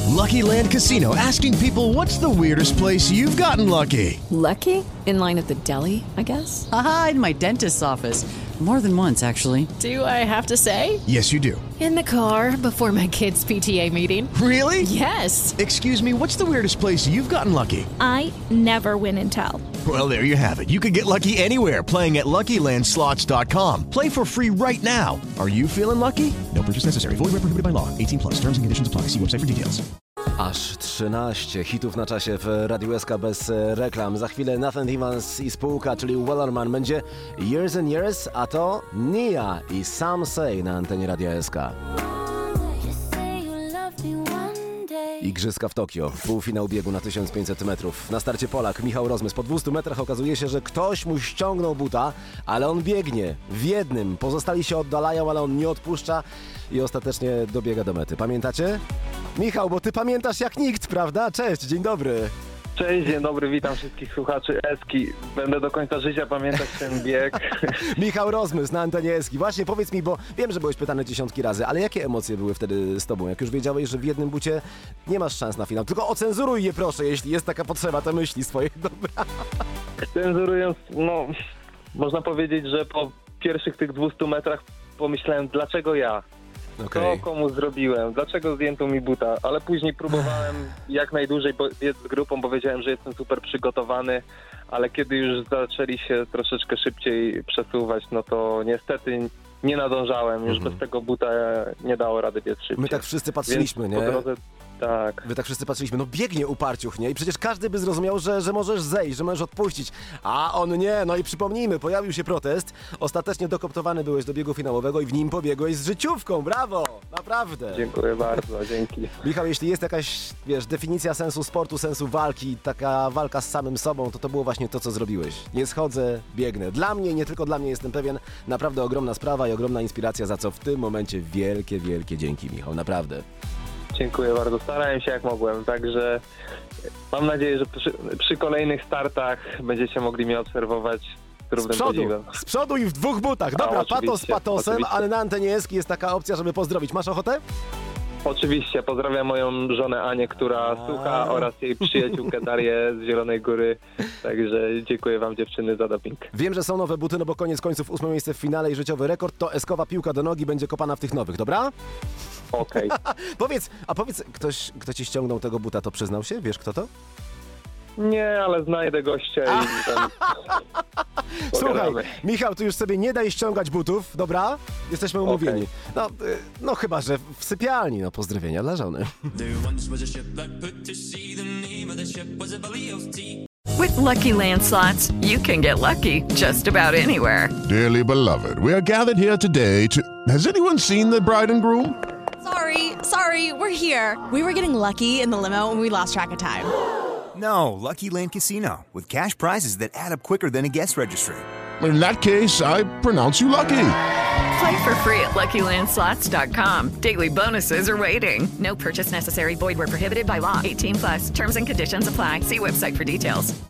Lucky Land Casino, asking people, what's the weirdest place you've gotten lucky? Lucky? In line at the deli, I guess? Aha, in my dentist's office. More than once, actually. Do I have to say? Yes, you do. In the car before my kids' PTA meeting. Really? Yes. Excuse me, what's the weirdest place you've gotten lucky? I never win and tell. Well, there you have it. You can get lucky anywhere, playing at LuckyLandSlots.com. Play for free right now. Are you feeling lucky? No purchase necessary. Void where prohibited by law. 18+. Terms and conditions apply. See website for details. Aż 13 hitów na czasie w Radiu SK bez reklam. Za chwilę Nathan Evans i spółka, czyli Wellerman, będzie Years and Years, a to Nia i Some Say na antenie Radia SK. Igrzyska w Tokio, półfinał biegu na 1500 metrów. Na starcie Polak Michał Rozmys. Po 200 metrach okazuje się, że ktoś mu ściągnął buta, ale on biegnie w jednym. Pozostali się oddalają, ale on nie odpuszcza i ostatecznie dobiega do mety. Pamiętacie? Michał, bo ty pamiętasz jak nikt, prawda? Cześć, dzień dobry. Cześć, dzień dobry, witam wszystkich słuchaczy Eski. Będę do końca życia pamiętać ten bieg. Michał Rozmys na antenie Eski. Właśnie powiedz mi, bo wiem, że byłeś pytany dziesiątki razy, ale jakie emocje były wtedy z tobą? Jak już wiedziałeś, że w jednym bucie nie masz szans na finał. Tylko ocenzuruj je proszę, jeśli jest taka potrzeba, to myśli swoje. Dobra. Cenzurując, można powiedzieć, że po pierwszych tych 200 metrach pomyślałem, dlaczego ja? Okay. Co komu zrobiłem? Dlaczego zdjęto mi buta? Ale później próbowałem jak najdłużej biec z grupą, bo wiedziałem, że jestem super przygotowany, ale kiedy już zaczęli się troszeczkę szybciej przesuwać, no to niestety nie nadążałem. Już bez tego buta nie dało rady biec szybciej. My tak wszyscy patrzyliśmy, więc nie? Po drodze, tak. Wy tak wszyscy patrzyliśmy, biegnie uparciuch, nie? I przecież każdy by zrozumiał, że możesz zejść, że możesz odpuścić. A on nie, no i przypomnijmy, pojawił się protest. Ostatecznie dokoptowany byłeś do biegu finałowego i w nim pobiegłeś z życiówką. Brawo! Naprawdę! Dziękuję bardzo, dzięki. Michał, jeśli jest jakaś, definicja sensu sportu, sensu walki, taka walka z samym sobą, to było właśnie to, co zrobiłeś. Nie schodzę, biegnę. Dla mnie, nie tylko dla mnie, jestem pewien, naprawdę ogromna sprawa i ogromna inspiracja, za co w tym momencie wielkie, wielkie dzięki, Michał, naprawdę. Dziękuję bardzo. Starałem się jak mogłem, także mam nadzieję, że przy kolejnych startach będziecie mogli mnie obserwować z równym podziwem. Z przodu i w dwóch butach. Dobra, patos patosem, oczywiście. ale na antenie Eski jest taka opcja, żeby pozdrowić. Masz ochotę? Oczywiście. Pozdrawiam moją żonę Anię, która słucha, oraz jej przyjaciółkę Darię z Zielonej Góry. Także dziękuję wam, dziewczyny, za doping. Wiem, że są nowe buty, bo koniec końców 8 miejsce w finale i życiowy rekord, to eskowa piłka do nogi będzie kopana w tych nowych, dobra? Okej. Powiedz, ktoś, kto ci ściągnął tego buta, to przyznał się? Wiesz, kto to? Nie, ale znajdę gościa i tam Słuchaj, Michał, tu już sobie nie daj ściągać butów, dobra? Jesteśmy umówieni. No chyba, że w sypialni, pozdrowienia dla żony. With Lucky Land Slots, you can get lucky just about anywhere. Dearly beloved, we are gathered here today to... Has anyone seen the bride and groom? Sorry, we're here. We were getting lucky in the limo and we lost track of time. No, Lucky Land Casino, with cash prizes that add up quicker than a guest registry. In that case, I pronounce you lucky. Play for free at LuckyLandSlots.com. Daily bonuses are waiting. No purchase necessary. Void where prohibited by law. 18+. Terms and conditions apply. See website for details.